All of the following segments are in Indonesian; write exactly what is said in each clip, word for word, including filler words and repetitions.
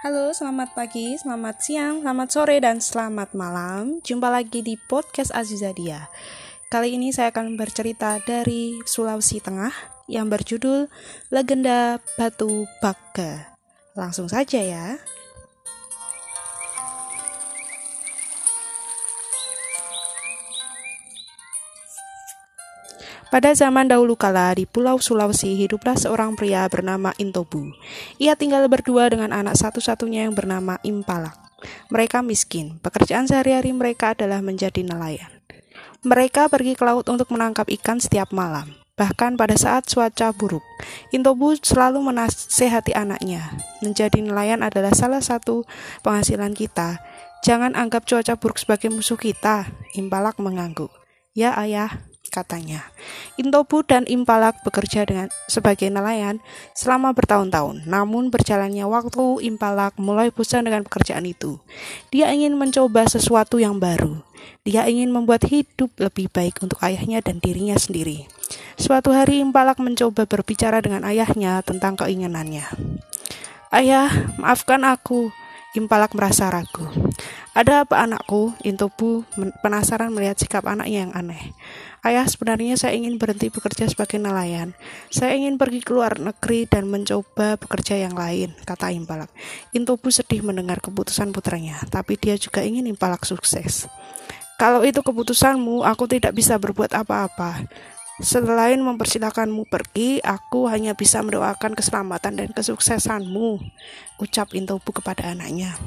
Halo, selamat pagi, selamat siang, selamat sore, dan selamat malam. Jumpa lagi di podcast Azizadia. Kali ini saya akan bercerita dari Sulawesi Tengah yang berjudul Legenda Batu Baga. Langsung saja ya. Pada zaman dahulu kala di Pulau Sulawesi hiduplah seorang pria bernama Intobu. Ia tinggal berdua dengan anak satu-satunya yang bernama Impalak. Mereka miskin, pekerjaan sehari-hari mereka adalah menjadi nelayan. Mereka pergi ke laut untuk menangkap ikan setiap malam. Bahkan pada saat cuaca buruk, Intobu selalu menasehati anaknya. Menjadi nelayan adalah salah satu penghasilan kita. Jangan anggap cuaca buruk sebagai musuh kita. Impalak mengangguk. Ya ayah, katanya. Intobu dan Impalak bekerja dengan sebagai nelayan selama bertahun-tahun. Namun berjalannya waktu, Impalak mulai bosan dengan pekerjaan itu. Dia ingin mencoba sesuatu yang baru. Dia ingin membuat hidup lebih baik untuk ayahnya dan dirinya sendiri. Suatu hari Impalak mencoba berbicara dengan ayahnya tentang keinginannya. Ayah, maafkan aku. Impalak merasa ragu. Ada apa anakku? Intobu penasaran melihat sikap anaknya yang aneh. Ayah, sebenarnya saya ingin berhenti bekerja sebagai nelayan. Saya ingin pergi ke luar negeri dan mencoba bekerja yang lain, kata Impalak. Intobu sedih mendengar keputusan putranya, tapi dia juga ingin Impalak sukses. Kalau itu keputusanmu, aku tidak bisa berbuat apa-apa. Selain mempersilahkanmu pergi, aku hanya bisa mendoakan keselamatan dan kesuksesanmu, ucap Intobu kepada anaknya.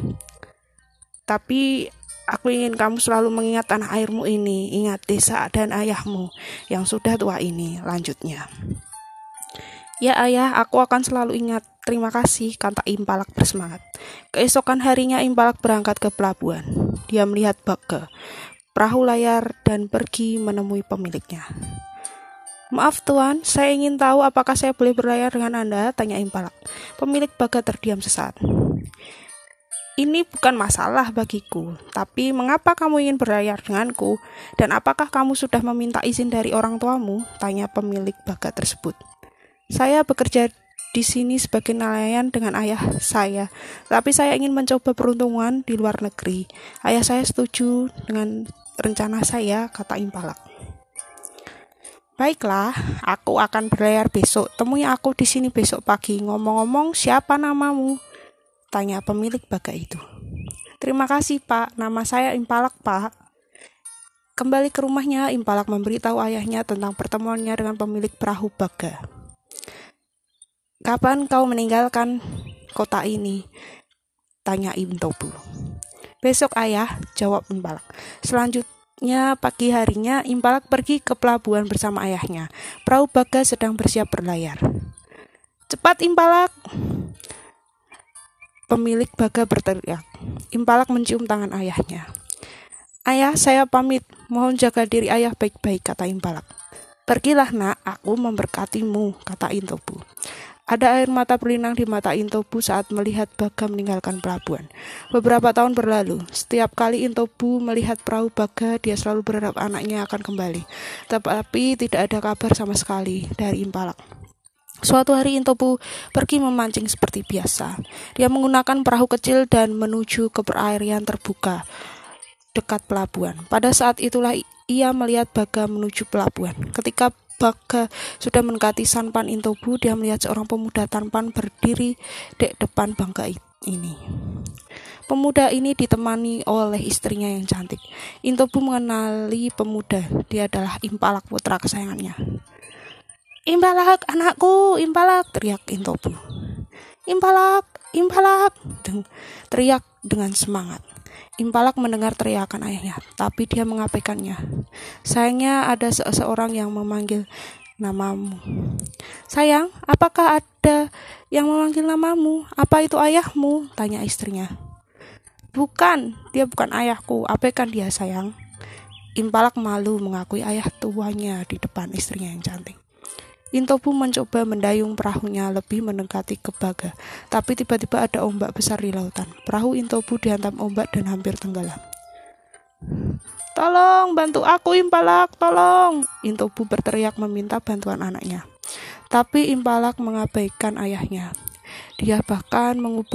Tapi aku ingin kamu selalu mengingat tanah airmu ini, ingat desa dan ayahmu yang sudah tua ini, lanjutnya. Ya ayah, aku akan selalu ingat. Terima kasih, kata Impalak bersemangat. Keesokan harinya Impalak berangkat ke pelabuhan. Dia melihat Baga, perahu layar, dan pergi menemui pemiliknya. Maaf tuan, saya ingin tahu apakah saya boleh berlayar dengan Anda, tanya Impalak. Pemilik Baga terdiam sesaat. Ini bukan masalah bagiku, tapi mengapa kamu ingin berlayar denganku? Dan apakah kamu sudah meminta izin dari orang tuamu? Tanya pemilik Baga tersebut. Saya bekerja di sini sebagai nelayan dengan ayah saya, tapi saya ingin mencoba peruntungan di luar negeri. Ayah saya setuju dengan rencana saya, kata Impalak. Baiklah, aku akan berlayar besok. Temui aku di sini besok pagi. Ngomong-ngomong, siapa namamu? Tanya pemilik Baga itu. Terima kasih, Pak. Nama saya Impalak, Pak. Kembali ke rumahnya, Impalak memberitahu ayahnya tentang pertemuannya dengan pemilik perahu Baga. Kapan kau meninggalkan kota ini? Tanya Intobu. Besok, ayah, jawab Impalak. Selanjutnya, pagi harinya, Impalak pergi ke pelabuhan bersama ayahnya. Perahu Baga sedang bersiap berlayar. Cepat, Impalak! Pemilik Baga berteriak. Impalak mencium tangan ayahnya. Ayah, saya pamit. Mohon jaga diri ayah baik-baik, kata Impalak. Pergilah nak, aku memberkatimu, kata Intobu. Ada air mata berlinang di mata Intobu saat melihat Baga meninggalkan pelabuhan. Beberapa tahun berlalu, setiap kali Intobu melihat perahu Baga, dia selalu berharap anaknya akan kembali. Tetapi tidak ada kabar sama sekali dari Impalak. Suatu hari Intobu pergi memancing seperti biasa. Dia menggunakan perahu kecil dan menuju ke perairan terbuka dekat pelabuhan. Pada saat itulah ia melihat Baga menuju pelabuhan. Ketika Baga sudah mendekati sampan Intobu, dia melihat seorang pemuda tampan berdiri di depan bangka ini. Pemuda ini ditemani oleh istrinya yang cantik. Intobu mengenali pemuda. Dia adalah Impalak, putra kesayangannya. Impalak, anakku, Impalak, teriak Intobu. Impalak, Impalak, teriak dengan semangat. Impalak mendengar teriakan ayahnya, tapi dia mengabaikannya. Sayangnya ada seseorang yang memanggil namamu. Sayang, apakah ada yang memanggil namamu? Apa itu ayahmu? Tanya istrinya. Bukan, dia bukan ayahku. Abaikan dia, sayang. Impalak malu mengakui ayah tuanya di depan istrinya yang cantik. Intobu mencoba mendayung perahunya lebih mendekati ke Baga, tapi tiba-tiba ada ombak besar di lautan. Perahu Intobu dihantam ombak dan hampir tenggelam. Tolong, bantu aku Impalak, tolong! Intobu berteriak meminta bantuan anaknya. Tapi Impalak mengabaikan ayahnya. Dia bahkan mengubah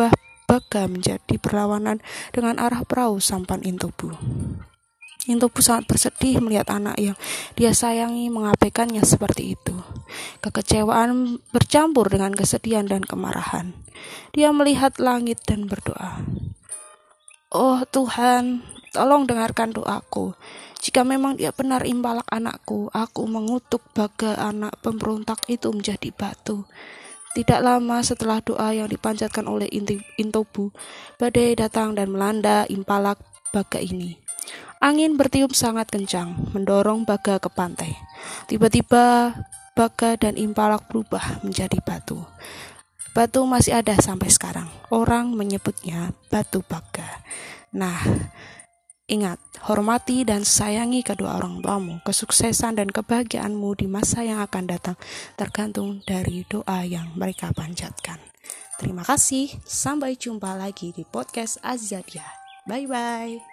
Baga menjadi berlawanan dengan arah perahu sampan Intobu. Intobu sangat bersedih melihat anak yang dia sayangi mengabaikannya seperti itu. Kekecewaan bercampur dengan kesedihan dan kemarahan. Dia melihat langit dan berdoa, "Oh Tuhan, tolong dengarkan doaku. Jika memang dia benar Impalak anakku, aku mengutuk Baga anak pemberontak itu menjadi batu." Tidak lama setelah doa yang dipanjatkan oleh Intobu, badai datang dan melanda Impalak Baga ini. Angin bertiup sangat kencang, mendorong Baga ke pantai. Tiba-tiba Baga dan Impalak berubah menjadi batu. Batu masih ada sampai sekarang. Orang menyebutnya Batu Baga. Nah, ingat, hormati dan sayangi kedua orang tuamu. Kesuksesan dan kebahagiaanmu di masa yang akan datang tergantung dari doa yang mereka panjatkan. Terima kasih, sampai jumpa lagi di podcast Azadiah. Bye-bye.